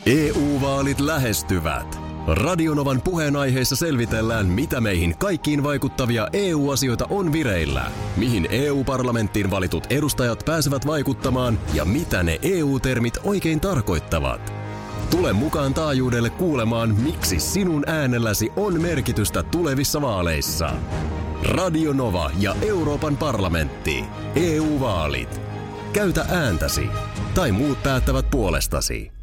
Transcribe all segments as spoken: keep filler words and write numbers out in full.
E U-vaalit lähestyvät. Radionovan puheenaiheessa selvitellään, mitä meihin kaikkiin vaikuttavia E U-asioita on vireillä, mihin E U-parlamenttiin valitut edustajat pääsevät vaikuttamaan ja mitä ne E U-termit oikein tarkoittavat. Tule mukaan taajuudelle kuulemaan, miksi sinun äänelläsi on merkitystä tulevissa vaaleissa. Radio Nova ja Euroopan parlamentti. E U-vaalit. Käytä ääntäsi. Tai muut päättävät puolestasi.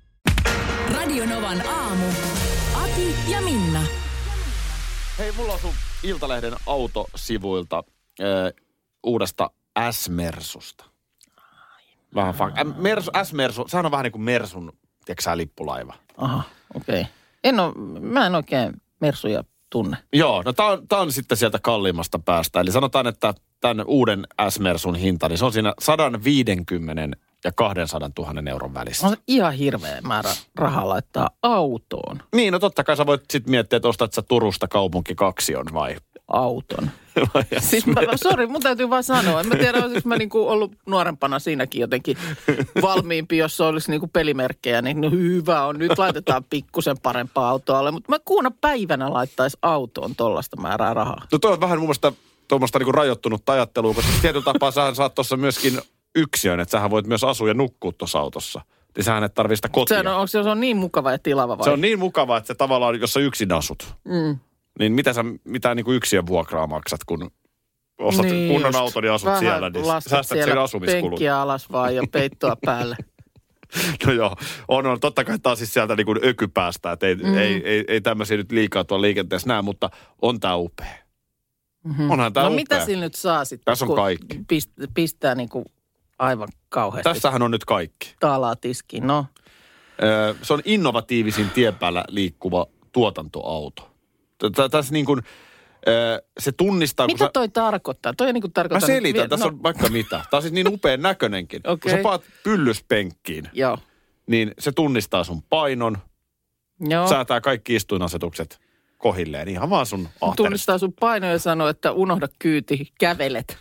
Radio Novan aamu. Ati ja Minna. Hei, mulla on sun Iltalehden autosivuilta äh, uudesta S-Mersusta. Vähän fa- äh, Mersu, S-Mersu, sehän on vähän niin kuin Mersun, tiedätkö sä, lippulaiva. Aha, okei. Okay. En ole, mä en oikein Mersuja tunne. Joo, no tää on, tää on sitten sieltä kalliimmasta päästä. Eli sanotaan, että tämän uuden S-Mersun hinta, niin se on siinä sata viisikymmentä ja kaksisataatuhatta euron välissä. On se ihan hirveä määrä rahaa laittaa autoon. Niin, no totta kai sä voit sitten miettiä, että ostat sä Turusta kaupunki kaksion vai? Auton. Siis mä, sori, mun täytyy vaan sanoa. En mä tiedä, olisiko mä niinku ollut nuorempana siinäkin jotenkin valmiimpi, jos olisi niinku pelimerkkejä. Niin no hyvä on, nyt laitetaan pikkusen parempaa autoa alle. Mutta mä kuuna päivänä laittaisi autoon tollaista määrää rahaa. No toi on vähän mun mielestä tuommoista niinku rajoittunut ajattelua, koska tietyllä tapaa sähän saat tuossa myöskin yksiön, että sähän voit myös asua ja nukkua tuossa autossa. Niin sähän et tarvitse sitä kotia. Se on, onko se on niin mukava ja tilava vai? Se on niin mukava, että se tavallaan, jos sä yksin asut, mm. niin mitä sä mitä niinku yksiön vuokraa maksat, kun ostat niin kunnon auton ja asut vähän siellä, niin säästät sen asumiskulut. Penkkiä alas vaan ja peittoa päälle. No joo, on, on. Totta kai taas siis sieltä niinku ökypäästä, että ei, mm. ei, ei, ei tämmöisiä nyt liikaa tuolla liikenteessä näe, mutta on tää upea. Mm-hmm. Onhan tää no upea. Mitä sillä nyt saa sitten? Tässä on kaikki. Pist, pistää niinku aivan kauheasti. Tässähän on nyt kaikki. Taalaa tiskiin, no. Öö, se on innovatiivisin tien päällä liikkuva tuotantoauto. Tässä niin kuin, se tunnistaa... Mitä sä... toi tarkoittaa? Toi niin kuin tarkoittaa... Mä selitän, nyt... tässä no. on vaikka mitä. Tämä on siis niin upean näköinenkin. Okay. Kun sä paat pyllyspenkkiin, Joo. niin se tunnistaa sun painon, Joo. säätää kaikki istuinasetukset kohilleen. Ihan vaan sun ahterista. Tunnistaa sun painon ja sanoo, että unohda kyyti, kävelet.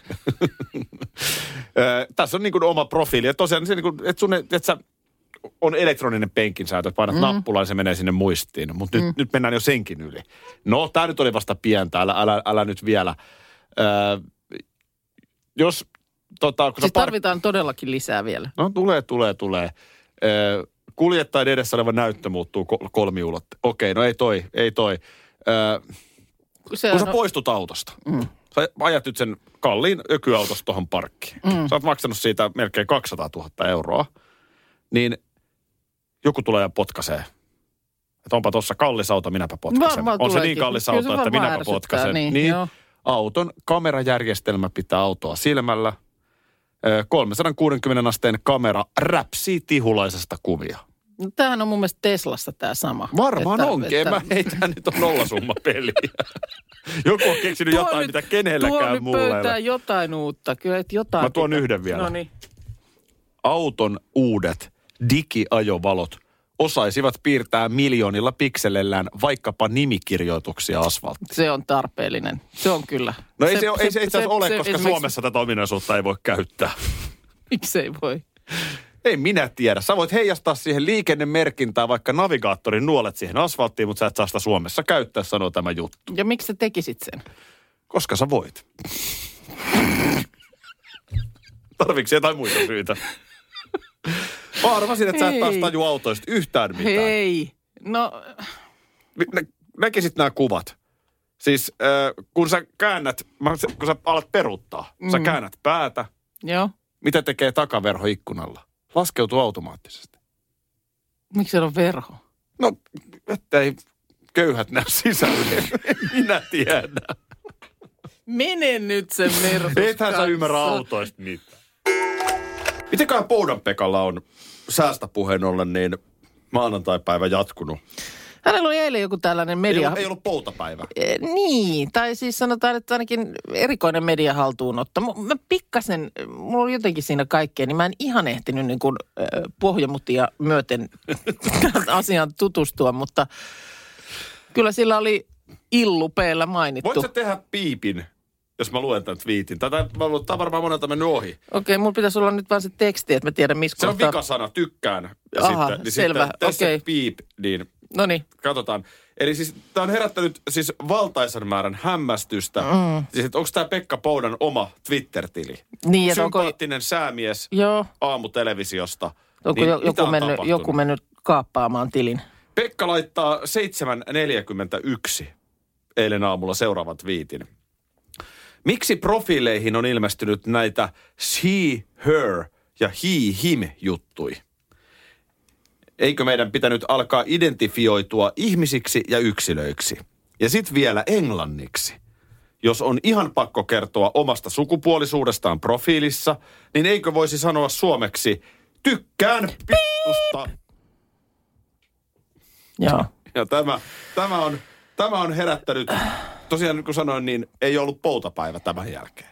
Tässä on niin kuin oma profiili. Ja tosiaan, se niin kuin, että sun, että sä on elektroninen penkinsäätö, että painat mm. nappulaa ja se menee sinne muistiin. Mutta mm. nyt, nyt mennään jo senkin yli. No, tää nyt oli vasta pientä, älä, älä, älä nyt vielä. Öö, jos, tota... Kun siis par... tarvitaan todellakin lisää vielä. No, tulee, tulee, tulee. Öö, kuljettajan edessä oleva näyttö muuttuu kol- kolmiulotte. Okei, no ei toi, ei toi. Öö, kun sä no... poistut autosta, mm. sä ajat nyt sen kalliin ökyautosta tuohon parkkiin. Mm. Sä oot maksanut siitä melkein kaksisataatuhatta euroa. Niin joku tulee ja potkaisee. Että onpa tuossa kallis auto, minäpä potkasen. On tuleekin. Se niin kallis auto, että minäpä potkasen. Niin, niin auton kamerajärjestelmä pitää autoa silmällä. kolmesataakuusikymmentä asteen kamera räpsii tihulaisesta kuvia. No, tämähän on mun mielestä Teslassa tämä sama. Varmaan että, onkin. että... Mä ei tämä nyt ole nollasumma peliä. Joku on keksinyt tuo jotain, nyt, mitä kenelläkään mulle. Tuo nyt pöytään jotain uutta. Kyllä, että jotain. Mä tuon pitää. yhden vielä. No niin. Auton uudet digiajovalot osaisivat piirtää miljoonilla pikselellään vaikkapa nimikirjoituksia asfalttiin. Se on tarpeellinen. Se on kyllä. No ei se, se, se, ei se itse asiassa ole, se, koska esimerkiksi... Suomessa tätä ominaisuutta ei voi käyttää. Miksi ei voi? Ei minä tiedä. Sä voit heijastaa siihen liikennemerkintää vaikka navigaattorin nuolet siihen asfalttiin, mutta sä et saa sitä Suomessa käyttää, sanoo tämä juttu. Ja miksi sä tekisit sen? Koska sä voit. Tarviiko jotain muita syitä? Mä arvasin, että sä et taas taju autoista yhtään mitään. Hei, no... Nä, näkisit nämä kuvat. Siis äh, kun sä käännät, kun sä alat peruuttaa, mm. sä käännät päätä. Joo. Mitä tekee takaverho ikkunalla? Laskeutuu automaattisesti. Miksi se on verho? No, ettei köyhät näy sisälle. Minä tiedän. Mene nyt sen Mersus. Ethän sä ymmärrä autoista mitään. Mitenköhän Poudan Pekalla on säästäpuheen ollen niin maanantaipäivä jatkunut? Hänellä oli eilen joku tällainen media... Ei ollut, ei ollut poutapäivä. E, niin, tai siis sanotaan, että ainakin erikoinen media haltuunotto. Mä pikkasen, mulla oli jotenkin siinä kaikkea, niin mä en ihan ehtinyt niin kuin äh, pohjamutia myöten asiaan tutustua, mutta kyllä sillä oli Illupeellä mainittu. Voit sä tehdä piipin jos mä luen tämän twiitin. Tätä mä luulen, tämä on varmaan monelta mennyt ohi. Okei, okay, mulla pitäisi olla nyt vaan se teksti, että mä tiedän missä se kohtaa. Se on vikasana, tykkään. Ja Aha, sitten, niin selvä, sitten tässä okei. piip, niin Noniin. katsotaan. Eli siis tämä on herättänyt siis valtaisan määrän hämmästystä. Mm. Siis, että onko tämä Pekka Poudan oma Twitter-tili? Niin, sympaattinen onko... säämies Joo. Aamutelevisiosta. Onko niin, joku, on mennyt, joku mennyt kaappaamaan tilin? Pekka laittaa seitsemän neljäkymmentäyksi eilen aamulla seuraavan twiitin. Miksi profiileihin on ilmestynyt näitä she, her ja he, him juttui? Eikö meidän pitänyt alkaa identifioitua ihmisiksi ja yksilöiksi? Ja sitten vielä englanniksi. Jos on ihan pakko kertoa omasta sukupuolisuudestaan profiilissa, niin eikö voisi sanoa suomeksi tykkään pittusta? Joo. Ja tämä, tämä, on, tämä on herättänyt, tosiaan niin kuin sanoin, niin ei ollut poutapäivä tämän jälkeen.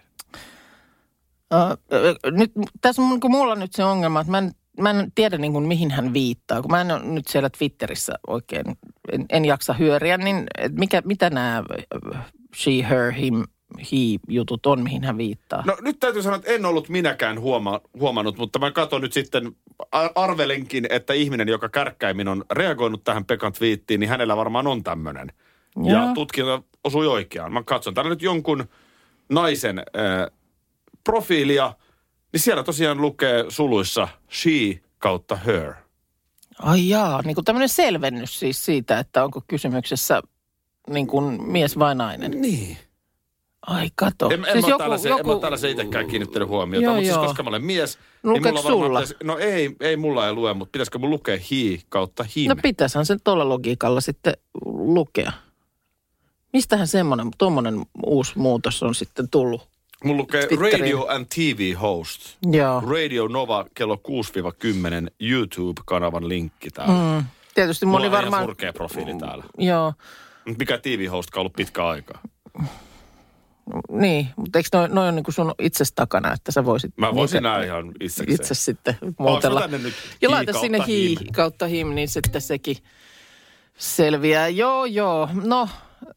Uh, nyt, tässä on niin mulla nyt se ongelma, että mä en, mä en tiedä niin kuin mihin hän viittaa. Kun mä en ole nyt siellä Twitterissä oikein, en, en jaksa hyöriä, niin mikä, mitä nämä she, her, him, he jutut on, mihin hän viittaa? No nyt täytyy sanoa, että en ollut minäkään huoma, huomannut, mutta mä katson nyt sitten, arvelenkin, että ihminen, joka kärkkäimmin on reagoinut tähän Pekan twiittiin, niin hänellä varmaan on tämmöinen. Ja tutkinta osui oikeaan. Mä katson täällä nyt jonkun naisen äh, profiilia, niin siellä tosiaan lukee suluissa she kautta her. Ai jaa, niin kuin tämmöinen selvennys siis siitä, että onko kysymyksessä niin kuin mies vai nainen. Niin. Ai kato. En, en siis mä joku, tällaisen, joku... en mä tällaisen itsekään kiinnittänyt huomiota, joo, mutta siis joo. koska mä olen mies... Lukeeko niin sulla? Pitäisi, no ei, ei mulla ei lue, mutta pitäisikö mun lukea he kautta him? No pitäisihän sen tuolla logiikalla sitten lukea. Mistähän semmoinen, tuommoinen uusi muutos on sitten tullut? Mun lukee Twitteriin. Radio and T V Host. Joo. Radio Nova kello kuusi kymmenen YouTube-kanavan linkki täällä. Mm. Tietysti mulla oli Mulla on varmaan... ihan surkea profiili täällä. Joo. Mikä T V-host ollut pitkä aikaa? Niin, mutta eikö noi, noi on niin kuin sun itses takana, että sä voisit... Mä voisin niitä näin ihan itsekseen. Itse sitten muutella. Nyt Ja laita sinne hi kautta him, niin sitten sekin selviää. Joo, joo. No,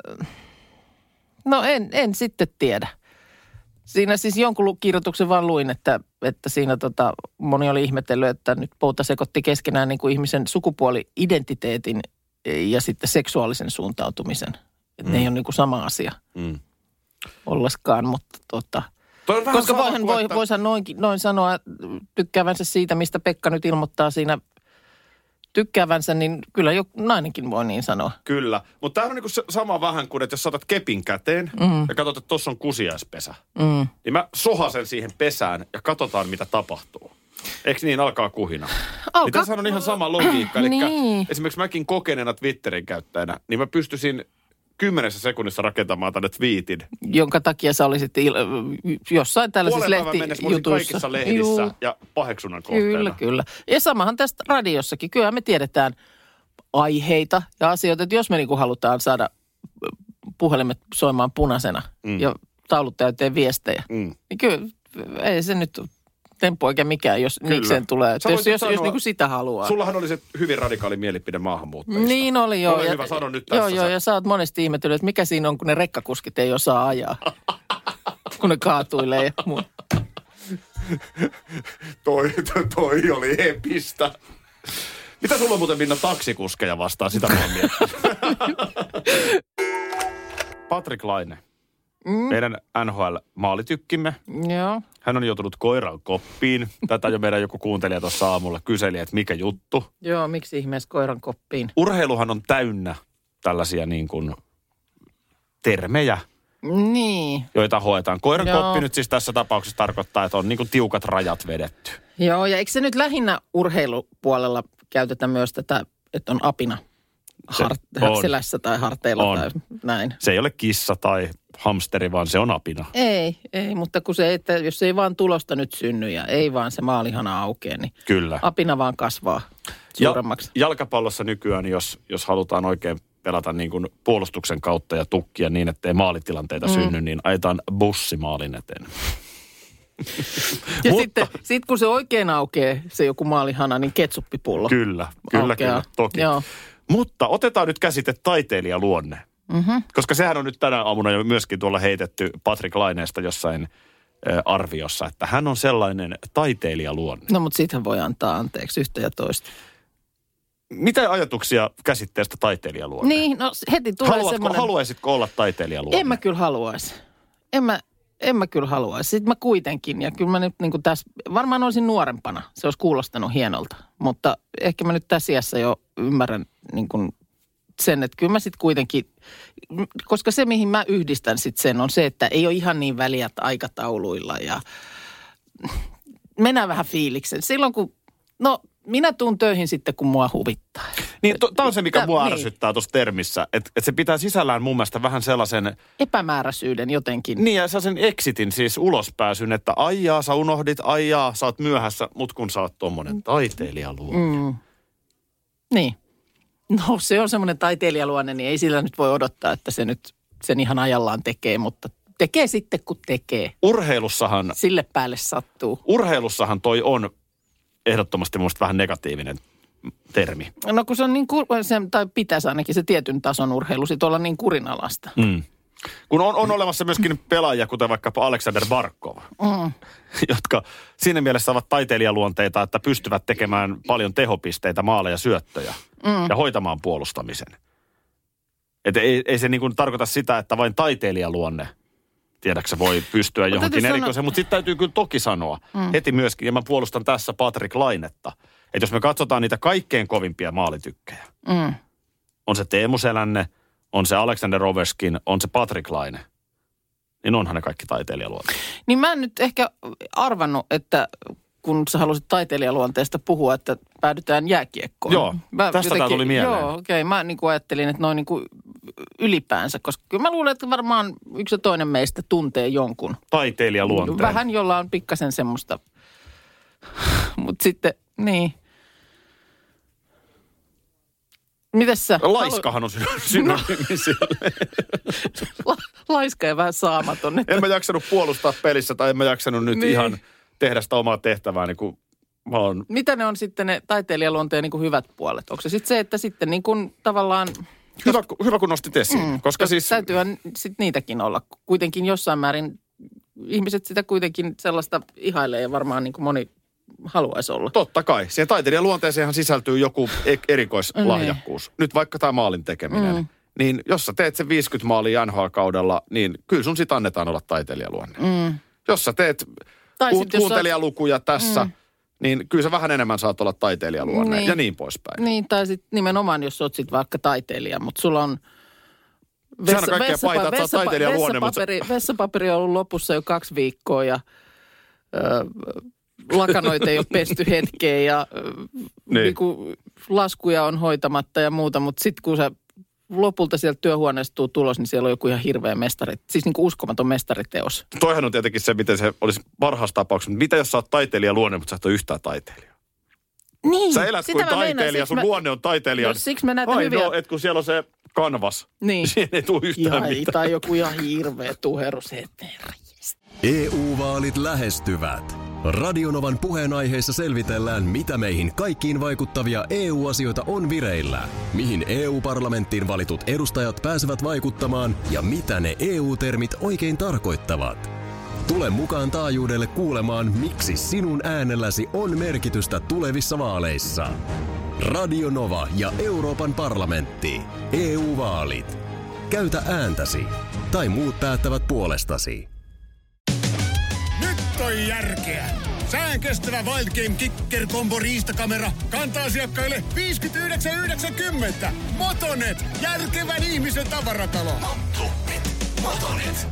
no en, en sitten tiedä. Siinä siis jonkun kirjoituksen vaan luin, että, että siinä tota, moni oli ihmetellyt, että nyt Pouta sekoitti keskenään niin kuin ihmisen sukupuoli-identiteetin ja sitten seksuaalisen suuntautumisen. Että mm. ne ei ole niin kuin sama asia mm. ollenkaan, mutta tota... Koska voihan, voi, että... voisihan noin, noin sanoa tykkäävänsä siitä, mistä Pekka nyt ilmoittaa siinä tykkäävänsä, niin kyllä joku nainenkin voi niin sanoa. Kyllä, mutta tämä on niin kuin sama vähän kuin, että jos saatat kepin käteen mm. ja katsot, että tuossa on kusiaispesä, mm. niin mä sohasen siihen pesään ja katsotaan, mitä tapahtuu. Eikö niin alkaa kuhina? Alkaa. Niin tässä on ihan sama logiikka. Eli niin. Esimerkiksi mäkin kokeneena Twitterin käyttäjänä, niin mä pystyisin kymmenessä sekunnissa rakentamaan tänne twiitin. Jonka takia sä olisit il- jossain tällaisessa lehtijutussa. Kaikissa lehdissä Juu. ja paheksunnan kohteena. Kyllä, kyllä. Ja samahan tästä radiossakin. Kyllä me tiedetään aiheita ja asioita, että jos me niinku halutaan saada puhelimet soimaan punaisena mm. ja taulut täyteen viestejä, mm. niin kyllä ei se nyt temppu oikein mikään, jos niikseen tulee. Jos, jos, sanoa, jos niin kuin sitä haluaa. Sullahan oli se hyvin radikaali mielipide maahanmuuttajista. Niin oli joo. Ole ja, hyvä, sano nyt tässä. Joo, joo, ja sä oot monesti ihmetellyt, että mikä siinä on, kun ne rekkakuskit ei osaa ajaa. kun ne kaatuilee ja muu. toi, toi, toi oli epistä. Mitä sulla on muuten, Minna, taksikuskeja vastaan? Sitä mä oon miettinyt. Patrik Laine. Mm. Meidän N H L-maalitykkimme. Joo. Hän on joutunut koiran koppiin. Tätä jo meidän joku kuuntelija tuossa aamulla kyseli, että mikä juttu. Joo, miksi ihmeessä koiran koppiin? Urheiluhan on täynnä tällaisia niin kuin termejä, niin. joita hoetaan. Koiran Joo. koppi nyt siis tässä tapauksessa tarkoittaa, että on niin kuin tiukat rajat vedetty. Joo, ja eikö se nyt lähinnä urheilupuolella käytetä myös tätä, että on apina hart- selässä tai harteilla on. tai näin? Se ei ole kissa tai hamsteri, vaan se on apina. Ei, ei, mutta kun se, että jos ei vaan tulosta nyt synny ja ei vaan se maalihana aukea, niin Kyllä. apina vaan kasvaa suuremmaksi. Ja, jalkapallossa nykyään, jos, jos halutaan oikein pelata niin kuin puolustuksen kautta ja tukkia niin, ettei maalitilanteita mm. synny, niin ajetaan bussi maalin eteen. Ja Mutta, sitten sit kun se oikein aukeaa, se joku maalihana, niin ketsuppipullo. Kyllä, kyllä, aukeaa. kyllä, toki. Joo. Mutta otetaan nyt käsite taiteilijaluonne. Mm-hmm. Koska sehän on nyt tänä aamuna jo myöskin tuolla heitetty Patrick Laineesta jossain ä, arviossa, että hän on sellainen taiteilijaluonne. No mutta siitähän voi antaa anteeksi yhtä ja toista. Mitä ajatuksia käsitteestä taiteilijaluonne? Niin, no heti tulee Haluatko, semmoinen... Haluaisitko olla taiteilijaluonne? En mä kyllä haluaisi. En mä, en mä kyllä haluaisi. Sitten mä kuitenkin, ja kyllä mä nyt niin kuin tässä, varmaan olisin nuorempana. Se olisi kuulostanut hienolta. Mutta ehkä mä nyt tässä iässä jo ymmärrän niin kuin sen, että kyllä mä sitten kuitenkin, koska se mihin mä yhdistän sitten sen on se, että ei ole ihan niin väliä aikatauluilla ja mennään vähän fiiliksen. Silloin kun, no minä tuun töihin sitten, kun mua huvittaa. Niin, tämä on se, mikä Tää, mua niin. ärsyttää tuossa termissä, että et se pitää sisällään mun mielestä vähän sellaisen... Epämääräisyyden jotenkin. Niin, ja sellaisen exitin, siis ulospääsyn, että aijaa, sä unohdit, aijaa, sä oot myöhässä, mut kun sä oot tommonen taiteilijaluonne. Mm. Niin. No se on semmoinen taiteilijaluonne, niin ei sillä nyt voi odottaa, että se nyt sen ihan ajallaan tekee, mutta tekee sitten, kun tekee. Urheilussahan... Sille päälle sattuu. Urheilussahan toi on ehdottomasti mun mielestä vähän negatiivinen termi. No kun se on niin, se, tai pitäisi ainakin se tietyn tason urheilu sit olla niin kurinalaista. Mm. Kun on, on olemassa myöskin pelaajia, kuten vaikkapa Aleksander Barkov, mm. jotka siinä mielessä ovat taiteilijaluonteita, että pystyvät tekemään paljon tehopisteitä, maaleja, syöttöjä mm. ja hoitamaan puolustamisen. Että ei, ei se niin kuin tarkoita sitä, että vain taiteilijaluonne, tiedätkö, voi pystyä johonkin erikoiseen. Sano... Mutta sitten täytyy kyllä toki sanoa mm. heti myöskin, ja mä puolustan tässä Patrick Lainetta, että jos me katsotaan niitä kaikkein kovimpia maalitykkejä, mm. on se Teemu Selänne, on se Alexander Ovechkin, on se Patrick Laine, niin onhan ne kaikki taiteilijaluonteet. Niin mä en nyt ehkä arvannut, että kun sä halusit taiteilijaluonteesta puhua, että päädytään jääkiekkoon. Joo, mä tästä tämä tuli mieleen. Joo, okei. Okay, mä niin kuin ajattelin, että noin niin kuin ylipäänsä, koska kyllä mä luulen, että varmaan yksi ja toinen meistä tuntee jonkun. Taiteilijaluonteen. Vähän, jolla on pikkasen semmoista, mutta sitten, niin... Mites sä? Laiskahan on synonyymi La, laiska ja vähän saamaton. Että... En mä jaksanut puolustaa pelissä tai en mä jaksanut nyt niin. ihan tehdä sitä omaa tehtävää niin kuin mä oon. Mitä ne on sitten ne taiteilijaluonteen niin kuin hyvät puolet? Onko se sitten se, että sitten niin kuin tavallaan... Hyvä, hyvä kun nostit esiin, mm, koska siis... Täytyyhän sitten niitäkin olla. Kuitenkin jossain määrin ihmiset sitä kuitenkin sellaista ihailee ja varmaan niin kuin moni... haluaisi olla. Totta kai. Siihen taiteilijan luonteeseenhan sisältyy joku erikoislahjakkuus. Mm. Nyt vaikka tämä maalin tekeminen. Mm. Niin jos sä teet sen viisikymmentä maalia N H L-kaudella, niin kyllä sun sit annetaan olla taiteilijaluonne. Mm. Jos sä teet ku- kuuntelijalukuja oot... tässä, mm. niin kyllä sä vähän enemmän saat olla taiteilijaluonne niin. ja niin poispäin. Niin, tai sitten nimenomaan, jos oot sit vaikka taiteilija, mutta sulla on... Vessa, Sehän on kaikkea vessapa- paita, että sä oot taiteilijaluonne, vessapaperi, mutta... Vessapaperi on ollut lopussa jo kaksi viikkoa ja... Öö, lakanoita ei ole pesty hetkeen ja niin. Niinku laskuja on hoitamatta ja muuta, mutta sitten kun sä lopulta sieltä työhuoneesta tuu tulos, niin siellä on joku ihan hirveä mestari, siis niinku uskomaton mestariteos. Toihan on tietenkin se, miten se olisi parhaassa tapauksessa, mitä jos sä oot taiteilijaluonne, mutta sä et ole yhtään taiteilijaa. Niin. Sä elät kuin taiteilija, sun mä... luonne on taiteilija. No, siksi mä näytän Ai hyviä. no, että kun siellä on se kanvas, niin siihen ei tule yhtään Jai, mitään. Tai joku ihan hirveä tuherus, herra. E U-vaalit lähestyvät. Radionovan puheenaiheessa selvitellään, mitä meihin kaikkiin vaikuttavia E U-asioita on vireillä, mihin E U-parlamenttiin valitut edustajat pääsevät vaikuttamaan ja mitä ne E U-termit oikein tarkoittavat. Tule mukaan taajuudelle kuulemaan, miksi sinun äänelläsi on merkitystä tulevissa vaaleissa. Radio Nova ja Euroopan parlamentti. E U-vaalit. Käytä ääntäsi. Tai muut päättävät puolestasi. Nyt on järkeä. Sään kestävä Wild Game Kicker Combo riistakamera kantaa asiakkaille viisikymmentäyhdeksän yhdeksänkymmentä. Motonet, järkevän ihmisen tavaratalo. Motonet, Motonet.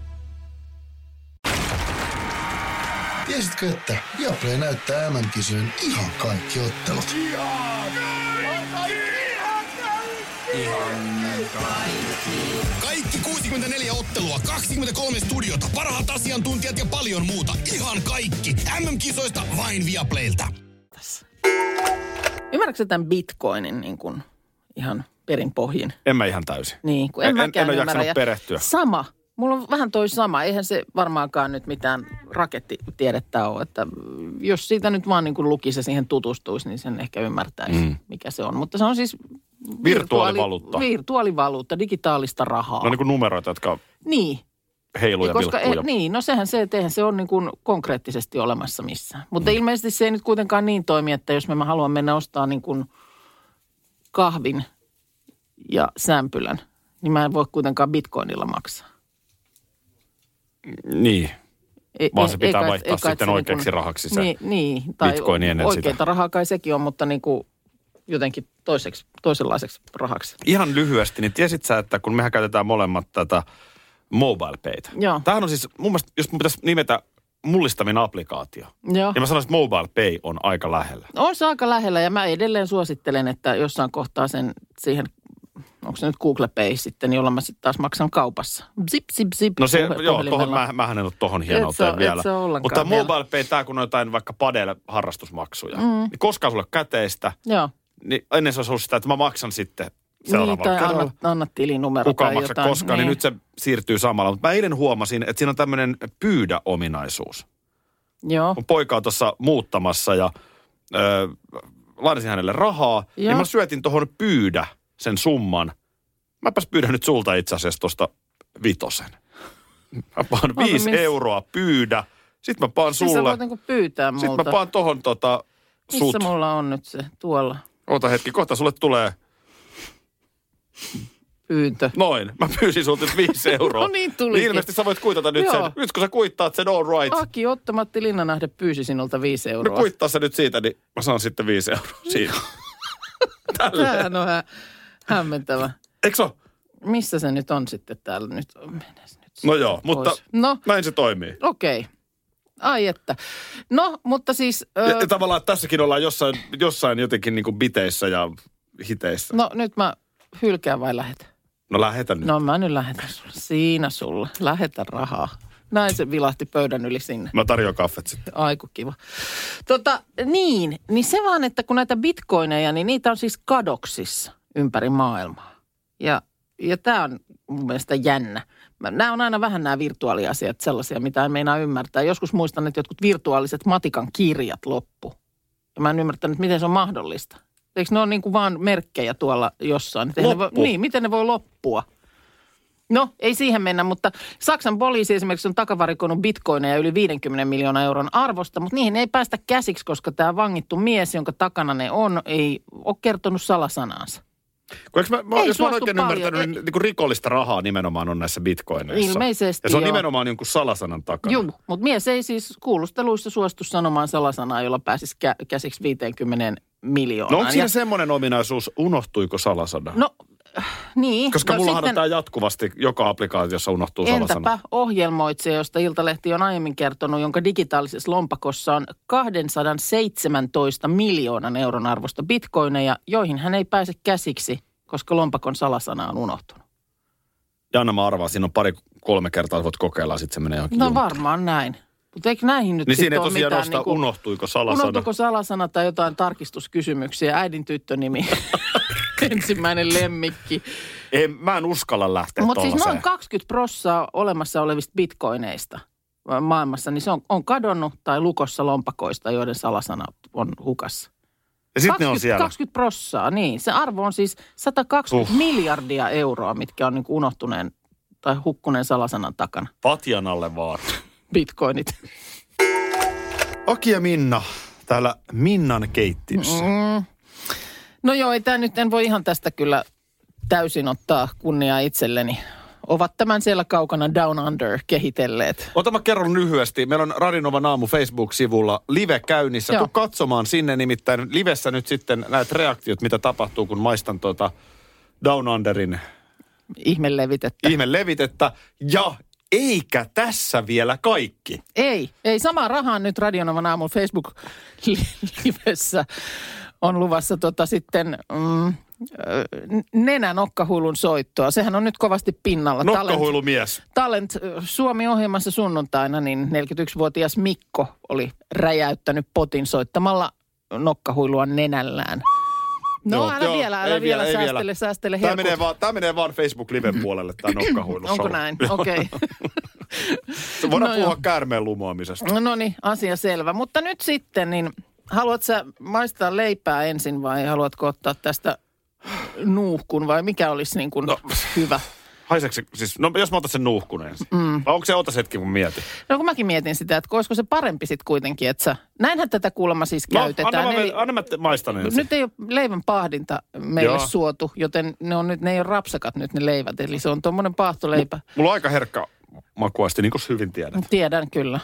Tiesitkö, että Viaplay näyttää M M-kisojen ihan kaikki ottelut? Ihan kaikki. Kaikki kuusikymmentäneljä ottelua, kaksikymmentäkolme studiota, parhaat asiantuntijat ja paljon muuta. Ihan kaikki. M M-kisoista vain Viaplaylta. Ymmärrätkö tämän bitcoinin niin kuin ihan perin pohjin? En mä ihan täysin. Niin, kun en, en mäkään en, en ymmärrä. perehtyä. Sama. Mulla on vähän toi sama. Eihän se varmaankaan nyt mitään rakettitiedettä ole. Että jos siitä nyt vaan niin kuin lukisi ja siihen tutustuisi, niin sen ehkä ymmärtäisi, mm. mikä se on. Mutta se on siis Virtuaalivaluutta. Virtuaali, virtuaalivaluutta, digitaalista rahaa. No niin kuin numeroita, jotka niin. heiluu ja koska vilkkuu. E, niin, no sehän se, eihän se on niin kuin konkreettisesti olemassa missään. Mutta mm. ilmeisesti se ei nyt kuitenkaan niin toimi, että jos me haluamme mennä ostaa niin kuin kahvin ja sämpylän, niin mä en voi kuitenkaan bitcoinilla maksaa. Niin. E, vaan se pitää eikä, vaihtaa eikä, sitten oikeaksi niin kuin, rahaksi se niin, niin, tai bitcoin ennen oikeita sitä. rahaa kai sekin on, mutta niin kuin jotenkin toiseksi, toisenlaiseksi rahaksi. Ihan lyhyesti, niin tiesit sä, että kun mehän käytetään molemmat tätä mobile paytä. Joo. Tämähän on siis, mun mielestä, jos mun pitäisi nimetä mullistavin applikaatio, Joo. ja mä sanoisin, että mobile pay on aika lähellä. On se aika lähellä ja mä edelleen suosittelen, että jossain kohtaa sen siihen, onko se nyt Google Pay sitten, jolla mä sitten taas maksan kaupassa. Zip, zip, zip. No se, puhe- joo, tohon, mä, mähän en ole tohon hienouteen Et vielä. et sä ollenkaan Mutta vielä. mobile pay, tää kun on jotain vaikka padel-harrastusmaksuja, mm. niin koskaan sulle käteistä, Joo. niin ennen se olisi ollut sitä, että mä maksan sitten Niin, seuraavalla tai kerralla. anna, anna tilinumero Kukaan tai maksa jotain. koskaan, niin. niin nyt se siirtyy samalla. Mutta mä eilen huomasin, että siinä on tämmöinen pyydä-ominaisuus. Joo. Mun poika on tuossa muuttamassa ja öö, lainasin hänelle rahaa, Joo. niin mä syötin tuohon pyydä sen summan. Mäpäs pyydän nyt sulta itse asiassa tuosta vitosen. Mä paan Ota, viisi miss- euroa pyydä. Sitten mä paan Siis sä sulle. voit niinku pyytää multa. Sitten mä paan tohon tota sut. Missä mulla on nyt se? Tuolla. Ota hetki, kohta sulle tulee Pyyntö. noin. Mä pyysin sulta nyt viisi euroa. No niin tulikin. Ilmeisesti sä voit kuitata nyt Joo. sen. Nyt kun sä kuittaat sen all right. Aki Otto-Matti Linnanahde pyysi sinulta viisi No euroa. kuittaa se nyt siitä, niin mä saan sitten viisi euroa siitä. Tälleen. Tämähän on hä- hämmentävä. Eikö se ole? Missä se nyt on sitten täällä? Nyt, menes nyt No siitä joo, pois. mutta No, näin se toimii. okei. Okay. Ai että. No, mutta siis... Ja, Ö, ja tavallaan tässäkin ollaan jossain, jossain jotenkin niin kuin biteissä ja hiteissä. no nyt mä hylkään vai lähetän? No lähetä nyt. No mä nyt lähetän sulle. Siinä sulle. Lähetä rahaa. Näin se vilahti pöydän yli sinne. Mä tarjoan kaffet sitten. Aiku kiva. Tota, niin, niin se vaan, että kun näitä bitcoineja, niin niitä on siis kadoksissa ympäri maailmaa. Ja, ja tämä on mun mielestä jännä. Nämä on aina vähän nämä virtuaaliasiat sellaisia, mitä en meinaa ymmärtää. Joskus muistan, että jotkut virtuaaliset matikan kirjat loppu. Ja mä en ymmärtänyt, miten se on mahdollista. Eikö ne ole niin kuin vaan merkkejä tuolla jossain? Että ne voi, niin, miten ne voi loppua? No, ei siihen mennä, mutta Saksan poliisi esimerkiksi on takavarikoinut bitcoineja yli viidenkymmenen miljoonan euron arvosta, mutta niihin ei päästä käsiksi, koska tämä vangittu mies, jonka takana ne on, ei ole kertonut salasanaansa. Kun mä, mä, Ei jos mä oon suostu oikein paljon. ymmärtänyt, niin, niin kuin rikollista rahaa nimenomaan on näissä bitcoineissa. Ilmeisesti Ja se on joo. nimenomaan jonkun salasanan takana. Joo, mutta mies ei siis kuulusteluissa suostu sanomaan salasanaa, jolla pääsisi kä- käsiksi viiteenkymmeneen miljoonaan. No onko siinä Ja- semmoinen ominaisuus, unohtuiko salasana? No, niin. Koska no mullahan sitten, on tämä jatkuvasti, joka applikaatiossa unohtuu salasana. entäpä ohjelmoitsija, josta Iltalehti on aiemmin kertonut, jonka digitaalisessa lompakossa on kaksisataaseitsemäntoista miljoonan euron arvosta bitcoineja, joihin hän ei pääse käsiksi, koska lompakon salasana on unohtunut. Janna, mä arvaan, siinä on pari, kolme kertaa voit kokeilla, sitten se menee johonkin No juntaan. varmaan näin. Mutta eikö näihin nyt Niin sit siinä ei ole tosiaan mitään nosta, niinku- unohtuiko salasana. Unohtuiko salasana tai jotain tarkistuskysymyksiä, äidin tyttönimi, ensimmäinen lemmikki. Ei, mä en uskalla lähteä Mutta siis tollaiseen. noin kaksikymmentä prosenttia olemassa olevista bitcoineista maailmassa, niin se on, on kadonnut tai lukossa lompakoista, joiden salasana on hukassa. Ja sitten ne on siellä. kaksikymmentä prosenttia, niin. Se arvo on siis sata kaksikymmentä uh. miljardia euroa, mitkä on niin kuin unohtuneen tai hukkuneen salasanan takana. Patjanalle vaan. Bitcoinit. Aki ja Minna, täällä Minnan keittiössä. Mm. No joo, ei tämä nyt, en voi ihan tästä kyllä täysin ottaa kunniaa itselleni. Ovat tämän siellä kaukana Down Under kehitelleet. Ota mä kerron lyhyesti. Meillä on Radinovan aamu Facebook-sivulla live käynnissä. Joo. Tuu katsomaan sinne, nimittäin livessä nyt sitten näet reaktiot, mitä tapahtuu, kun maistan tuota Down Underin Ihme levitettä. ihme levitettä. Ja eikä tässä vielä kaikki. Ei, ei sama rahaa nyt Radionovan aamun Facebook-livessä on luvassa tota sitten mm, nenänokkahuilun soittoa. Sehän on nyt kovasti pinnalla. Nokkahuilumies. Talent, Talent Suomi-ohjelmassa sunnuntaina, niin neljäkymmentäyksivuotias Mikko oli räjäyttänyt potin soittamalla nokkahuilua nenällään. No Joo, älä joo, vielä, älä ei vielä, vielä, ei säästele, vielä. säästele Tämä herkut. menee, vaan, tämä menee vaan Facebook-liven puolelle, tämä nokkahuilu. Onko näin? Okei. Okay. Voidaan No puhua joo. käärmeen lumoamisesta. No niin, asia selvä. Mutta nyt sitten, niin haluatko sä maistaa leipää ensin vai haluatko ottaa tästä nuuhkun vai mikä olisi niin kuin no, hyvä? Haiseeko se, siis, no jos mä otan sen nuuhkun ensin. Mm. Vai onko se otas hetki, kun mietin? No kun mäkin mietin sitä, että olisiko se parempi sitten kuitenkin, että sä, näinhän tätä kuulemma siis no, käytetään. Anna mä, Eli, anna mä maistan ensin. nyt ei ole leivän pahdinta meille Joo. suotu, joten ne, on nyt, ne ei ole rapsakat nyt ne leivät. Eli se on tuommoinen paahtoleipä. M- mulla on aika herkkä makuaisti, niin kuin hyvin tiedät. Tiedän kyllä.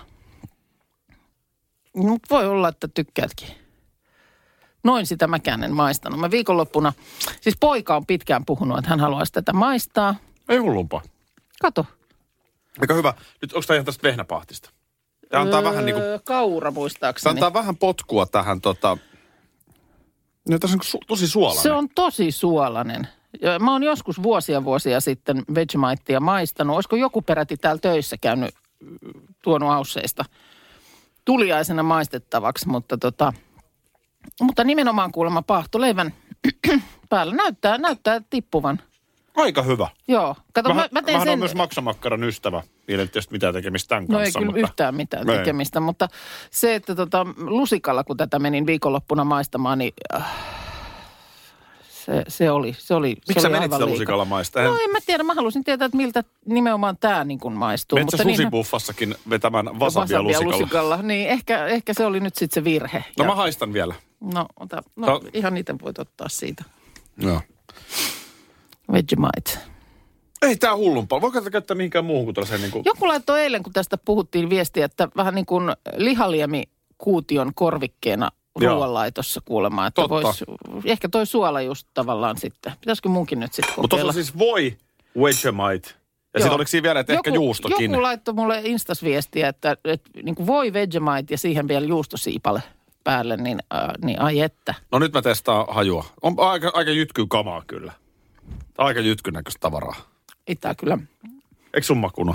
Mutta voi olla, että tykkäätkin. Noin sitä mäkään en maistanut. Mä viikonloppuna, siis poika on pitkään puhunut, että hän haluaisi tätä maistaa. Ei hullumpaa. Kato. Aika hyvä. Nyt onko tämä ihan tästä vehnäpahtista? Tämä antaa öö, vähän niin kuin... Kaura muistaakseni. Tämä antaa vähän potkua tähän tota... No, tässä on su- tosi suolainen. Se on tosi suolainen. Mä oon joskus vuosia vuosia sitten Vegemaitea maistanut. Olisiko joku peräti täällä töissä käynyt tuonut Ausseista tuliaisena maistettavaksi, mutta tota... Mutta nimenomaan kuulemma paahtoleivän päällä näyttää, näyttää tippuvan. Aika hyvä. Joo. Kato, Mähän, mä, mä teen mähän sen... on myös maksamakkaran ystävä. Niillä ei tietysti mitään tekemistä tämän no kanssa. No ei kyllä mutta... yhtään mitään ei. tekemistä, mutta se, että tota, lusikalla kun tätä menin viikonloppuna maistamaan, niin äh, se, se oli se oli Miksi sä oli menit sitä liika. lusikalla maistaa? No en mä tiedä, mä halusin tietää, että miltä nimenomaan tämä niin kuin maistuu. Metsä susibuffassakin vetämään wasabia lusikalla. lusikalla. Niin ehkä, ehkä se oli nyt sitten se virhe. No ja... mä haistan vielä. No, ota, no Ta... ihan itse voit ottaa siitä. Joo. Vegemite. Ei tää hullumpaa. Voiko tätä käyttää mihinkään muuhun kuin tällaiseen niin kuin... Joku laittoi eilen, kun tästä puhuttiin viestiä, että vähän niin kuin lihaliemi kuution korvikkeena ruoanlaitossa kuulemaan. Että vois, ehkä toi suola just tavallaan sitten. Pitäisikö munkin nyt sitten kokeilla? Mutta tuossa on siis voi Vegemite. Ja sitten oliko siinä vielä, että joku, ehkä juustokin. Joku laittoi mulle Instas viestiä, että, että niin kuin voi Vegemite ja siihen vielä juustosiipale päälle, niin, äh, niin ai että. No nyt mä testaan hajua. On aika, aika jytkyy kamaa kyllä. Aika jytkyn näköistä tavaraa. Ei tää kyllä. Eikö sun makuno?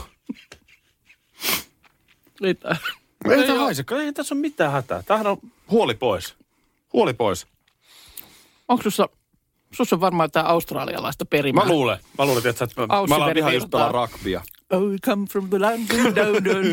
Ei tää. Ei tää haisekaan. Ei tässä ole mitään hätää. Tämähän on huoli pois. Huoli pois. Onko sussa, sussa on varmaan tää australialaista perimää? Mä luulen. Mä luulen, että mä, mä alan ihan just pelaa ragbia. Oh, we come from the land of down.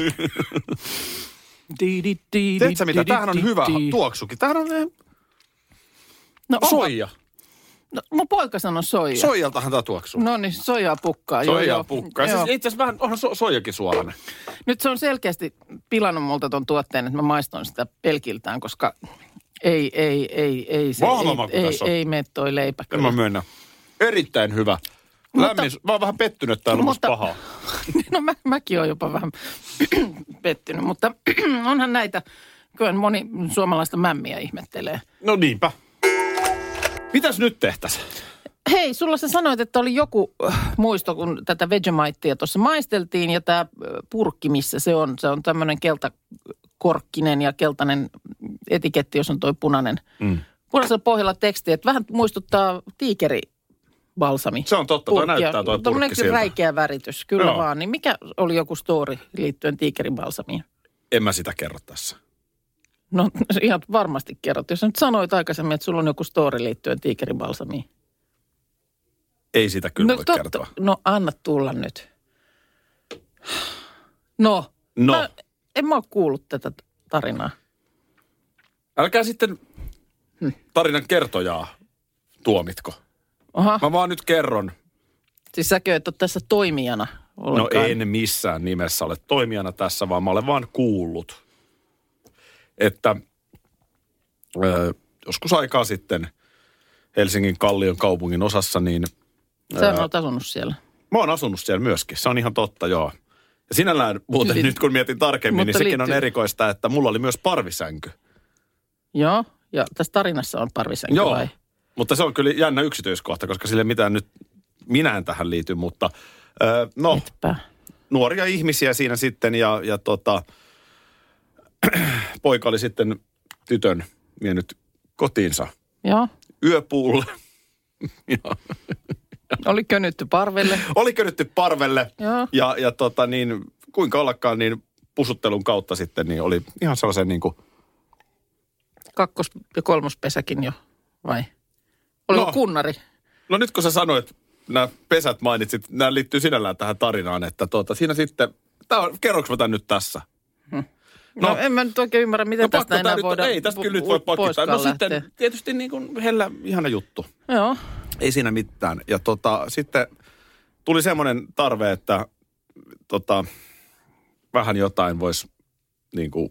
Tiedätkö mitä? Tämähän on hyvä tuoksukin. Tämähän on no, soija. No, mun poika sanoi soija. Soijaltahan tämä tuoksuu. No niin, soijaa pukkaa. Soijaa joo, pukkaa. Siis itse asiassa vähän, onhan so, soijakin suolainen. Nyt se on selkeästi pilannut multa ton tuotteen, että mä maiston sitä pelkiltään, koska ei, ei, ei, ei se, Vahva ei, ei, ei mene toi leipä. En mä myönnä. Erittäin hyvä. Lämmin, mutta, mä oon vähän pettynyt, että tää on mutta, pahaa. No mä, mäkin oon jopa vähän pettynyt, mutta onhan näitä, kyllä moni suomalaista mämmiä ihmettelee. No niinpä. Mitäs nyt tehtäisiin? Hei, sulla sä sanoit, että oli joku muisto, kun tätä Vegemitea tuossa maisteltiin ja tämä purkki, missä se on. Se on tämmöinen keltakorkkinen ja keltainen etiketti, jos on toi punainen. Mm. Punaisella pohjalla teksti, että vähän muistuttaa tiikeribalsami. Se on totta, toi näyttää toi purkki siltä. Räikeä väritys, kyllä Joo. vaan. Niin mikä oli joku story liittyen tiikeribalsamiin? En mä sitä kerro tässä. No ihan varmasti kerrot. Jos nyt sanoit aikaisemmin, että sulla on joku story liittyen tiikeribalsamiin. Ei sitä kyllä no, voi totta. kertoa. No anna tulla nyt. No. No. Mä, en mä ole kuullut tätä tarinaa. Älkää sitten tarinan kertojaa tuomitko. Aha. Mä vaan nyt kerron. Siis säkö et ole tässä toimijana ollenkaan? No en missään nimessä ole toimijana tässä, vaan mä olen vaan kuullut, että ö, joskus aikaa sitten Helsingin Kallion kaupungin osassa, niin... Sä oot asunut siellä. Mä oon asunut siellä myöskin, se on ihan totta, joo. Ja sinällään muuten Liit... nyt kun mietin tarkemmin, mutta niin sekin liittyy... on erikoista, että mulla oli myös parvisänky. Joo, ja tässä tarinassa on parvisänky joo, vai? Mutta se on kyllä jännä yksityiskohta, koska sille mitään nyt minä en tähän liity, mutta ö, no, Etpä. nuoria ihmisiä siinä sitten ja, ja tota, poika oli sitten tytön vienyt kotiinsa. Joo. Yöpuulle. Oli könnytty parvelle. Oli könnytty parvelle. Joo. Ja, ja tota niin, kuinka ollakaan, niin pusuttelun kautta sitten niin oli ihan sellaisen niin kuin... Kakkos- ja kolmospesäkin jo, vai? Oliko no, kunnari? No nyt kun sä sanoit, nämä pesät mainitsit, nämä liittyy sinällään tähän tarinaan, että tuota, siinä sitten, tää on, kerroks mä tämän nyt tässä? Hmm. No, no en mä nyt oikein ymmärrä, miten no, tästä enää nyt, voidaan ei, tästä kyllä nyt voi pakittaa. No lähteä. Sitten tietysti niin kuin hellä ihana juttu. Joo. Ei siinä mitään. Ja tota, sitten tuli semmoinen tarve, että tota, vähän jotain voisi niin kuin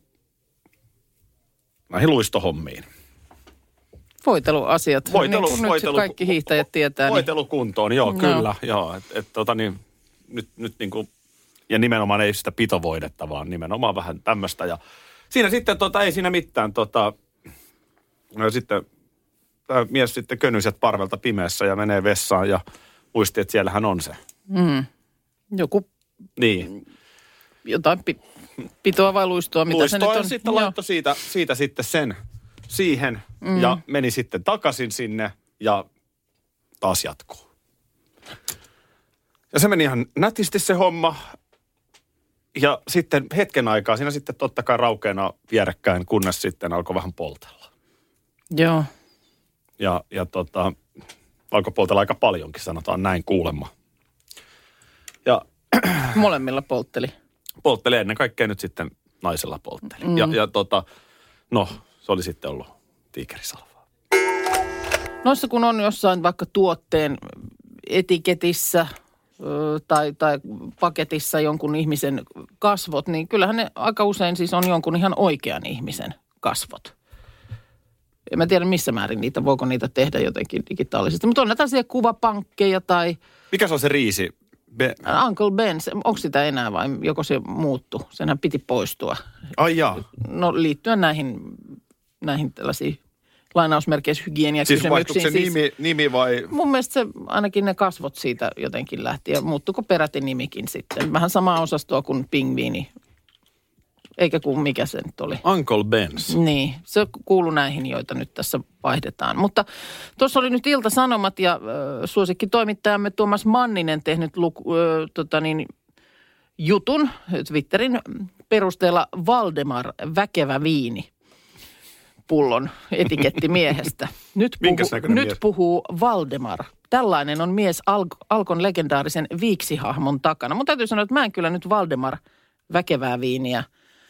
näihin luistohommiin. Voiteluasiat. Voitelu, niin voitelu, nyt kaikki hiihtäjät tietää. Voitelukuntoon, niin. Joo, no. kyllä. Joo, et, et, tota, niin, nyt, nyt niin kuin, ja nimenomaan ei sitä pitovoidetta, vaan nimenomaan vähän tämmöistä. Ja siinä sitten tota, ei siinä mitään. Tota, ja sitten tämä mies sitten könyy sieltä parvelta pimeässä ja menee vessaan ja muisti, että siellähän on se. Mm. Joku niin. Jotain pi, pitoa vai luistoa, mitä luistoa, se nyt on. Ja sitten laittoi siitä, siitä sitten sen siihen mm. ja meni sitten takaisin sinne ja taas jatkuu. Ja se meni ihan nätisti se homma. Ja sitten hetken aikaa siinä sitten totta kai raukeena vierekkäin, kunnes sitten alkoi vähän poltella. Joo. Ja, ja tota, alkoi poltella aika paljonkin, sanotaan näin kuulemma. Ja molemmilla poltteli. Poltteli ennen kaikkea nyt sitten naisella poltteli. Mm. Ja, ja tota, no, se oli sitten ollut tiikerisalvaa. Noissa kun on jossain vaikka tuotteen etiketissä tai, tai paketissa jonkun ihmisen kasvot, niin kyllähän ne aika usein siis on jonkun ihan oikean ihmisen kasvot. En mä tiedä missä määrin niitä, voiko niitä tehdä jotenkin digitaalisesti. Mutta on näitä tällaisia kuvapankkeja tai... Mikä se on se riisi? Be- Uncle Ben, onko sitä enää vai joko se muuttu? Senhän piti poistua. Ai jaa. No liittyen näihin, näihin tällaisiin lainausmerkeissä hygieniakysymyksiin. Siis vaihtuiko se nimi, nimi vai? Mun mielestä se, ainakin ne kasvot siitä jotenkin lähti ja muuttuiko peräti nimikin sitten. Vähän samaa osastoa kuin pingviini. Eikä kuin mikä se nyt oli. Uncle Ben's. Niin, se kuului näihin, joita nyt tässä vaihdetaan. Mutta tuossa oli nyt Ilta-Sanomat ja äh, suosikki toimittajamme Tuomas Manninen tehnyt luku, äh, tota niin, jutun Twitterin perusteella Valdemar väkevä viini pullon etikettimiehestä. Nyt, puhu, nyt mies? puhuu Valdemar. Tällainen on mies Al- Alkon legendaarisen Viiksi-hahmon takana. Mun täytyy sanoa, että mä en kyllä nyt Valdemar väkevää viiniä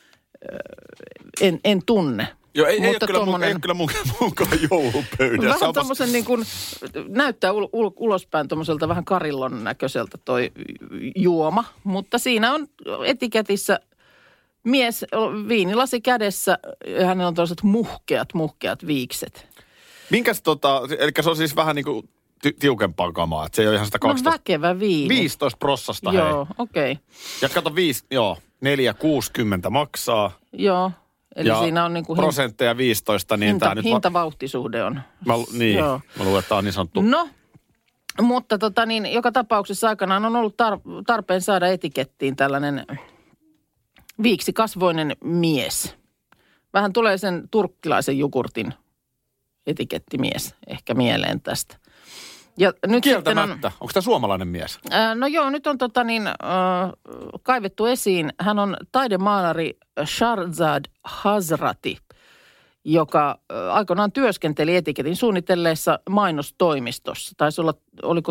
En, en tunne. Joo, ei, ei, ole kyllä mun, ei ole kyllä mun, munkaan joulupöydässä. Vähän tommosen niin kuin, näyttää ul, ul, ulospäin tommoselta vähän karillon näköiseltä toi juoma, mutta siinä on etiketissä mies viinilasi kädessä ja hänellä on toiset muhkeat, muhkeat viikset. Minkäs tota, eli se on siis vähän niin kuin ty, tiukempaa kamaa, että se ei ole ihan sitä kaksitoista. No väkevä viini. viisitoista prossasta, hei. Joo, okei. Okay. Ja kato viisi, joo, neljä kuusikymmentä maksaa. Joo. Eli ja siinä on niin kuin prosentteja viisitoista, niin hinta, tämä nyt... Hintavauhtisuhde on. Mä, niin, Joo. mä luulen, että tämä on niin sanottu. No, mutta tota niin, joka tapauksessa aikanaan on ollut tar- tarpeen saada etikettiin tällainen viiksikasvoinen mies. Vähän tulee sen turkkilaisen jogurtin etikettimies ehkä mieleen tästä. Ja nyt kieltämättä. On, onko tämä suomalainen mies? Ää, no joo, nyt on tota niin, äh, kaivettu esiin. Hän on taidemaalari Shahrzad Hazrati, joka äh, aikoinaan työskenteli etiketin suunnitelleessa mainostoimistossa. Taisi olla, oliko,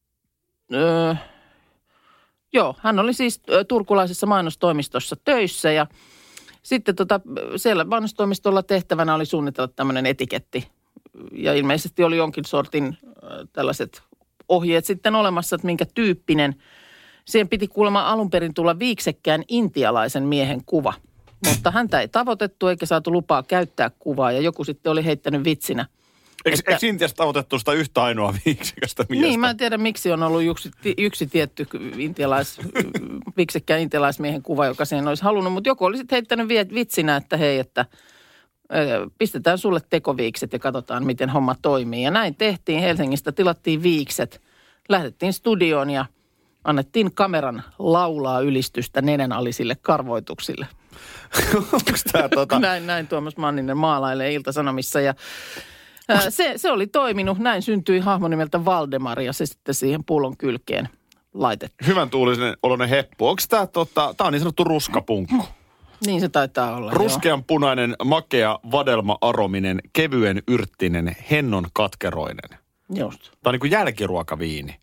äh, joo, hän oli siis äh, turkulaisessa mainostoimistossa töissä ja sitten tota, siellä mainostoimistolla tehtävänä oli suunnitella tämmöinen etiketti. Ja ilmeisesti oli jonkin sortin äh, tällaiset ohjeet sitten olemassa, että minkä tyyppinen. Siihen piti kuulemma alun perin tulla viiksekkään intialaisen miehen kuva. Mutta häntä ei tavoitettu eikä saatu lupaa käyttää kuvaa ja joku sitten oli heittänyt vitsinä. Eikö, että, eikö Intiasta tavoitettu sitä yhtä ainoa viiksekästä miestä? Niin, mä en tiedä miksi on ollut yksi, yksi tietty intialais, viiksekkään intialaismiehen kuva, joka siihen olisi halunnut. Mutta joku oli sitten heittänyt vitsinä, että hei, että pistetään sulle tekoviikset ja katsotaan, miten homma toimii. Ja näin tehtiin. Helsingistä tilattiin viikset. Lähdettiin studioon ja annettiin kameran laulaa ylistystä nenänalisille karvoituksille. Onko tämä tota... näin, näin Tuomas Manninen maalailee Ilta-Sanomissa. Ja ää, se, se oli toiminut. Näin syntyi hahmo nimeltä Valdemar ja se sitten siihen pullon kylkeen laitettiin. Hyvän tuulinen oloinen heppu. Onko tämä tota, tämä on niin sanottu ruskapunkku? Niin se taitaa olla, ruskeanpunainen, makea, vadelma-arominen, kevyen yrttinen, hennon katkeroinen. Just. Tämä on niin kuin jälkiruokaviini.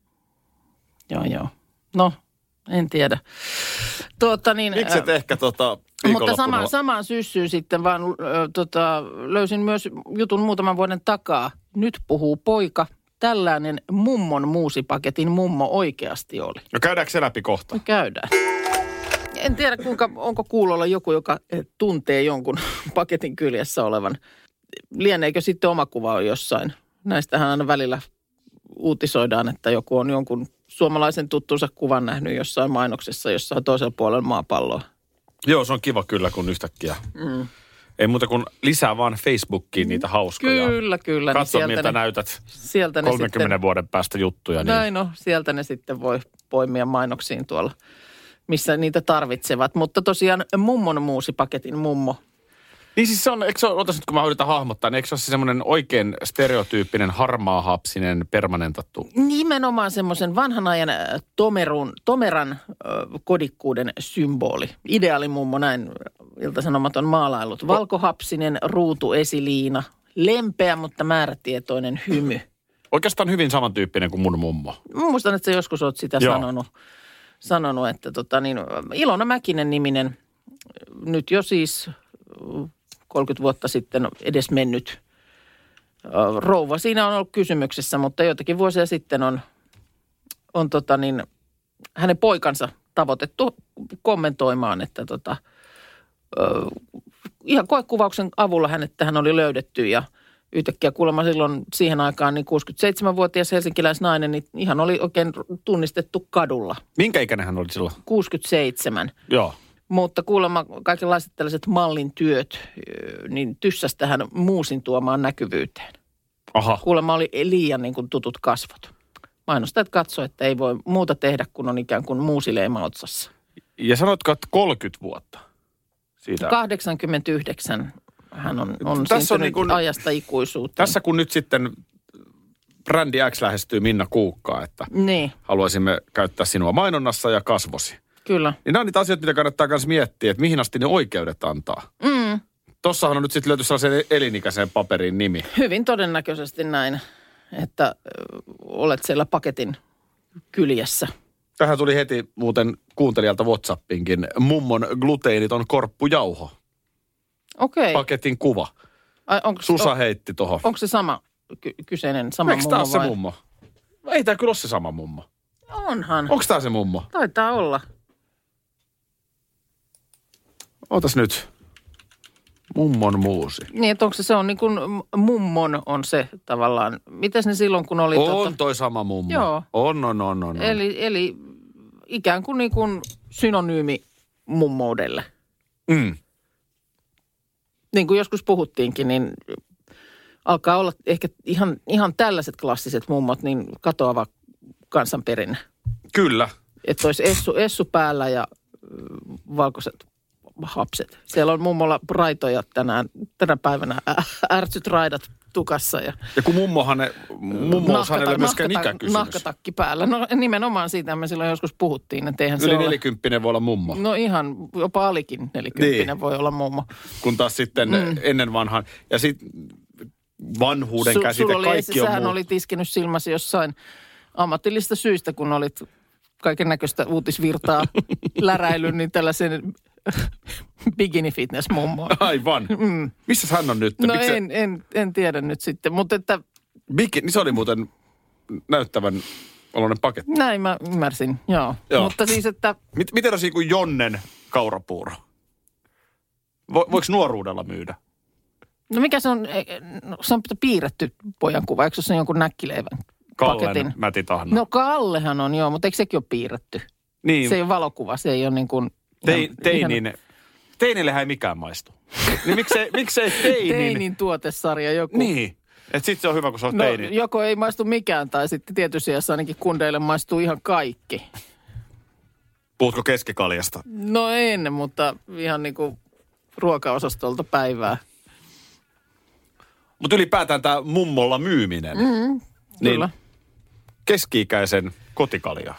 Joo, joo. No, en tiedä. Tuota niin... Miksi et ehkä tota mutta sama, samaan syssyyn sitten vaan äh, tota, löysin myös jutun muutaman vuoden takaa. Nyt puhuu poika tällainen mummon muusipaketin mummo oikeasti oli? No käydäänkö se läpi kohta? No käydään. En tiedä, kuinka, onko kuulolla joku, joka tuntee jonkun paketin kyljessä olevan. Lieneekö sitten oma kuva on jossain? Näistähän aina välillä uutisoidaan, että joku on jonkun suomalaisen tuttunsa kuvan nähnyt jossain mainoksessa, jossain toisella puolella maapalloa. Joo, se on kiva kyllä, kun yhtäkkiä. Mm. Ei muuta kuin lisää vaan Facebookiin niitä hauskoja. Kyllä, kyllä. Katso, niin miltä ne, näytät sieltä kolmenkymmenen sitten, vuoden päästä juttuja. Niin. Näin no, sieltä ne sitten voi poimia mainoksiin tuolla, missä niitä tarvitsevat. Mutta tosiaan mummon muusipaketin mummo. Niin siis se on, eikö se ole, otas nyt kun mä yritän hahmottaa, niin eikö se ole semmoinen oikein stereotyyppinen harmaahapsinen permanentattu? Nimenomaan semmoisen vanhan ajan tomerun, tomeran äh, kodikkuuden symboli. Ideaalimummo, näin Ilta-Sanomat on maalailut. Valkohapsinen ruutu esiliina, lempeä, mutta määrätietoinen hymy. Oikeastaan hyvin samantyyppinen kuin mun mummo. Muistan, että sä joskus oot sitä Joo. sanonut, sanonut, että tota niin, Ilona Mäkinen niminen, nyt jo siis kolmekymmentä vuotta sitten edes mennyt rouva. Siinä on ollut kysymyksessä, mutta joitakin vuosia sitten on, on tota niin, hänen poikansa tavoitettu kommentoimaan, että tota, ihan koekuvauksen avulla hänet tähän oli löydetty ja yhtäkkiä kuulemma silloin siihen aikaan niin kuusikymmentäseitsemänvuotias helsinkiläisnainen niin ihan oli oikein tunnistettu kadulla. Minkä ikäinen hän oli silloin? kuusikymmentäseitsemän. Joo. Mutta kuulemma kaikenlaiset tällaiset mallin työt, niin tyssäsi tähän muusin tuomaan näkyvyyteen. Aha. Kuulemma oli liian niin kuin tutut kasvot. Mainostajat katsoi, että ei voi muuta tehdä, kun on ikään kuin muusileima otsassa. Ja sanoitko, että kolmekymmentä vuotta siitä? kahdeksankymmentäyhdeksän hän on, on tässä on niin kuin, ajasta ikuisuuteen. Tässä kun nyt sitten brändi X lähestyy Minna Kuukkaa, että niin. haluaisimme käyttää sinua mainonnassa ja kasvosi. Kyllä. Niin nämä on niitä asioita, mitä kannattaa myös miettiä, että mihin asti ne oikeudet antaa. Mm. Tossahan on nyt sitten löyty sellaisen elinikäiseen paperiin nimi. Hyvin todennäköisesti näin, että olet siellä paketin kyljessä. Tähän tuli heti muuten kuuntelijalta WhatsAppinkin mummon gluteiniton korppujauho. Okei. Paketin kuva. Ai, onko, Susa on, heitti tohon. Onko se sama ky- kyseinen sama Eikö mummo tää ole se vai? mummo? Ei tää kyllä ole se sama mummo. Onhan. Onko tää se mummo? Taitaa olla. Ootas nyt. Mummon muusi. Niin, että onko se, se on niin kuin mummon on se tavallaan. Mites ne silloin, kun oli... On tota... toi sama mummo. Joo. On, on, on, on. on. Eli, eli ikään kuin, niin kuin synonyymi mummoudelle. Mm. Niin kuin joskus puhuttiinkin, niin alkaa olla ehkä ihan, ihan tällaiset klassiset mummot, niin katoava kansanperinne. Kyllä. Että olisi essu, essu päällä ja valkoiset hapset. Siellä on mummolla raitoja tänään, tänä päivänä, ä, ärtsyt raidat tukassa. Ja, ja kun mummohan ne, mummoushan ei ole myöskään ikäkysymys. Nahkatakki päällä. No nimenomaan siitä me silloin joskus puhuttiin, että eihän se Yli ole... nelikymppinen voi olla mummo. No ihan, jopa alikin nelikymppinen niin. Voi olla mummo. Kun taas sitten mm. ennen vanhan, ja sitten vanhuuden Su, käsite, sulla kaikki oli, on sähän muu. olit iskenyt silmäsi jossain ammatillista syistä, kun olit kaiken näköistä uutisvirtaa läräilyn, niin tällaisen bikini fitness mummoa. Aivan. Mm. Missä hän on nyt? No Miksä... en, en, en tiedä nyt sitten, mutta että... Bikini, se oli muuten näyttävän oloinen paketti. Näin mä ymmärsin, joo. joo. Mutta siis, että... Mit, miten on siinä kuin Jonnen kaurapuuro? Vo, voiko nuoruudella myydä? No mikä se on, no, se on piirretty pojan kuva, eikö se ole jonkun näkkileivän paketin? Kallen Mäti Tahna. No Kallehan on, joo, mutta eikö sekin ole piirretty? Niin. Se ei ole valokuva, se ei ole niin kuin... Te, teinin, ihan... Teinillehän ei mikään maistu. Niin miksei, miksei teinin... Teinin tuotesarja joku. Niin. Että sit se on hyvä, kun se on no, teini. Joko ei maistu mikään, tai sitten tietysti ainakin kundeille maistuu ihan kaikki. Puhutko keskikaljasta? No en, mutta ihan niin kuin ruokaosastolta päivää. Mutta ylipäätään tämä mummolla myyminen. Mm, niin kyllä. Keski-ikäisen kotikalja.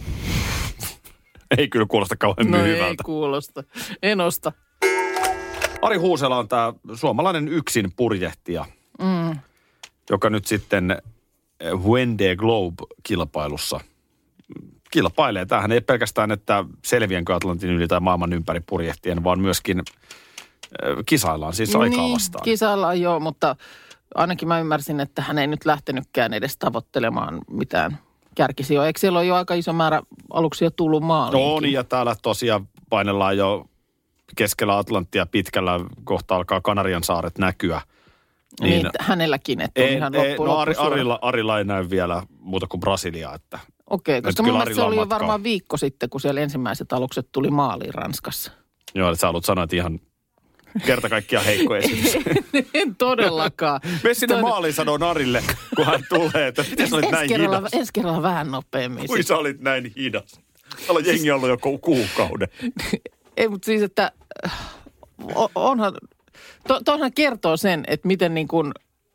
Ei kyllä kuulosta kauhean no myyvältä. No ei kuulosta. En osta. Ari Huusela on tämä suomalainen yksin purjehtija, mm. joka nyt sitten Vendée Globe-kilpailussa kilpailee. Tämähän ei pelkästään, että selviänkö Atlantin yli tai maailman ympäri purjehtien, vaan myöskin kisaillaan siis aikaa niin, vastaan. Kisaillaan joo, mutta ainakin mä ymmärsin, että hän ei nyt lähtenytkään edes tavoittelemaan mitään kärkisijoja. Eikö siellä ole jo aika iso määrä aluksia tullut maaliinkin? On, ja täällä tosiaan painellaan jo keskellä Atlanttia pitkällä, kohta alkaa Kanarian saaret näkyä. Niin, niin hänelläkin, että on ei, ihan ei, loppuun no Ari, Arilla, Arilla ei näy vielä muuta kuin Brasilia. Että okei, koska mun mielestä se oli jo varmaan viikko sitten, kun siellä ensimmäiset alukset tuli maaliin Ranskassa. Joo, että sä haluat sanoa, että ihan kerta kaikkiaan heikko esitys. En todellakaan. Mene sinne Tod... maaliin sanoo Narille, kun hän tulee, että miten sä olit näin kerralla, hidas? Ensi kerralla vähän nopeammin. Kui sä olit näin hidas? Täällä on jengi ollut jo kuukauden. Ei, mutta siis, että onhan, to, tohan kertoo sen, että miten niin kuin,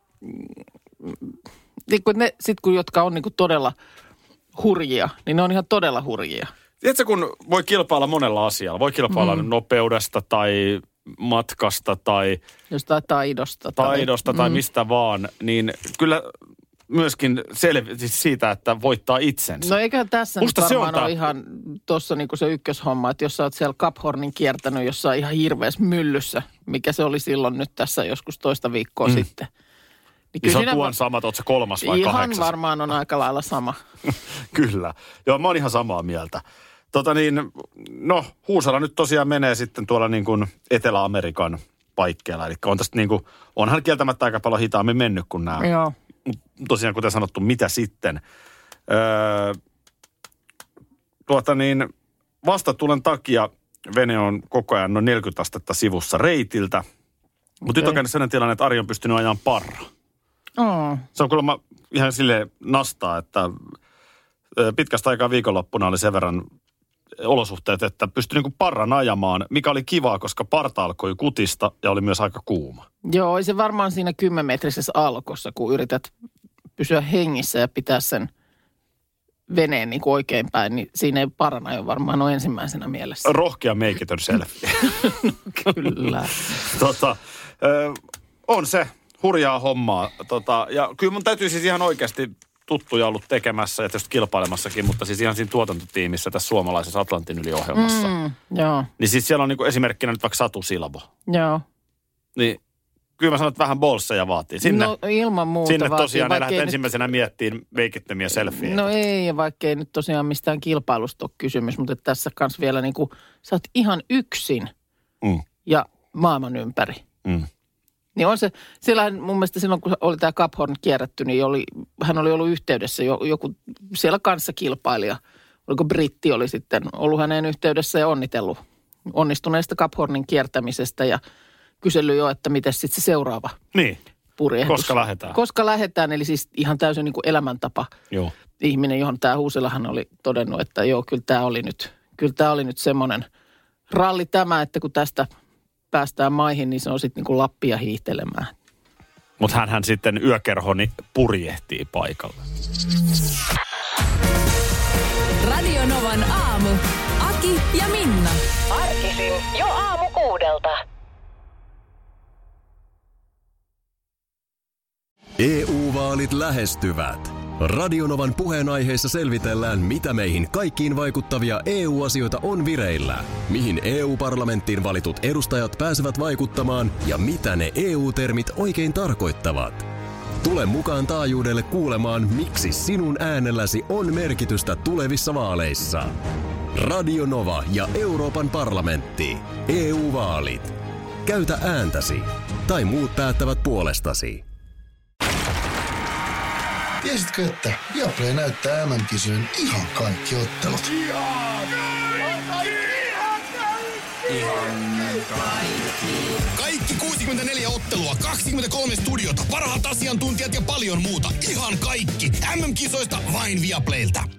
niin kuin ne sit kun jotka on niin kuin todella hurjia, niin ne on ihan todella hurjia. Tiedätkö, kun voi kilpailla monella asialla. Voi kilpailla mm. nopeudesta tai matkasta tai jostain taidosta. Taidosta tai, tai mm. mistä vaan, niin kyllä myöskin selvi, siis siitä, että voittaa itsensä. No eiköhän tässä Musta nyt varmaan ole ihan tuossa niinku se ykköshomma, että jos sä oot siellä Cap Hornin kiertänyt jossain ihan hirveässä myllyssä, mikä se oli silloin nyt tässä joskus toista viikkoa mm. sitten. Niin, niin se on tuon va- sama, että oot sä kolmas vai ihan kahdeksas? Ihan varmaan on aika lailla sama. Kyllä. Joo, mä oon ihan samaa mieltä. Tota niin, no Huusala nyt tosiaan menee sitten tuolla niin kuin Etelä-Amerikan paikkeilla. Eli on tästä niin kuin, onhan kieltämättä aika paljon hitaammin mennyt kuin nämä. Joo. Tosiaan kuten sanottu, mitä sitten? Öö, tuota niin, vastatulen takia vene on koko ajan noin neljäkymmentä astetta sivussa reitiltä. Okay. Mutta nyt on käynyt sellainen tilanne, että Ari on pystynyt ajamaan parra. Oh. Se on kuulemma ihan silleen nastaa, että pitkästä aikaa viikonloppuna oli sen verran olosuhteet, että pystyi niin kuin parran ajamaan, mikä oli kivaa, koska parta alkoi kutista ja oli myös aika kuuma. Joo, se varmaan siinä kymmenmetrisessä alkossa, kun yrität pysyä hengissä ja pitää sen veneen niin kuin oikein päin, niin siinä ei parran ajo varmaan ole ensimmäisenä mielessä. Rohkea make it selfie. No, kyllä. tota, on se hurjaa hommaa. Tota, ja kyllä mun täytyy siis ihan oikeasti tuttuja ollut tekemässä ja tietysti kilpailemassakin, mutta siis ihan siinä tuotantotiimissä tässä suomalaisessa Atlantin yli ohjelmassa. Mm, joo. Niin siis siellä on niinku esimerkkinä nyt vaikka Satu Silvo. Joo. Niin kyllä mä sanon, että vähän bolsseja vaatii. Sinne, no ilman muuta sinne vaatii. tosiaan ne lähdet nyt ensimmäisenä miettiin veikittömiä selfieitä. No ei, ja vaikka ei nyt tosiaan mistään kilpailusta ole kysymys, mutta tässä kanssa vielä niin kuin, sä oot ihan yksin mm. ja maailman ympäri. Mm. Niin on se, siellähän mun mielestä silloin, kun oli tämä Cap Horn kierrätty, niin oli, hän oli ollut yhteydessä jo, joku siellä kanssa kilpailija. Oliko britti oli sitten ollut hänen yhteydessä ja onnitellut onnistuneesta Cap Hornin kiertämisestä ja kysellyt jo, että miten sitten se seuraava niin. purjehdus. Koska lähdetään. Koska lähdetään, eli siis ihan täysin niin kuin elämäntapa. Joo. Ihminen, johon tämä Huuselahan oli todennut, että joo, kyllä tämä oli nyt, kyllä tämä oli nyt semmoinen ralli tämä, että kun tästä päästään maihin, niin se on sitten niin kuin Lappia hiihtelemään. Mutta hänhän sitten yökerhoni purjehtii paikalle. Radio Novan aamu. Aki ja Minna. Arkisin jo aamu kuudelta. E U-vaalit lähestyvät. Radionovan puheenaiheessa selvitellään, mitä meihin kaikkiin vaikuttavia E U-asioita on vireillä, mihin E U-parlamenttiin valitut edustajat pääsevät vaikuttamaan ja mitä ne E U-termit oikein tarkoittavat. Tule mukaan taajuudelle kuulemaan, miksi sinun äänelläsi on merkitystä tulevissa vaaleissa. Radio Nova ja Euroopan parlamentti. E U-vaalit. Käytä ääntäsi. Tai muut päättävät puolestasi. Tiesitkö, että Viaplay näyttää M M-kisojen ihan kaikki ottelut? Ihan kaikki. Kaikki kuusikymmentäneljä ottelua, kaksikymmentäkolme studiota, parhaat asiantuntijat ja paljon muuta. Ihan kaikki. M M-kisoista vain Viaplaylta.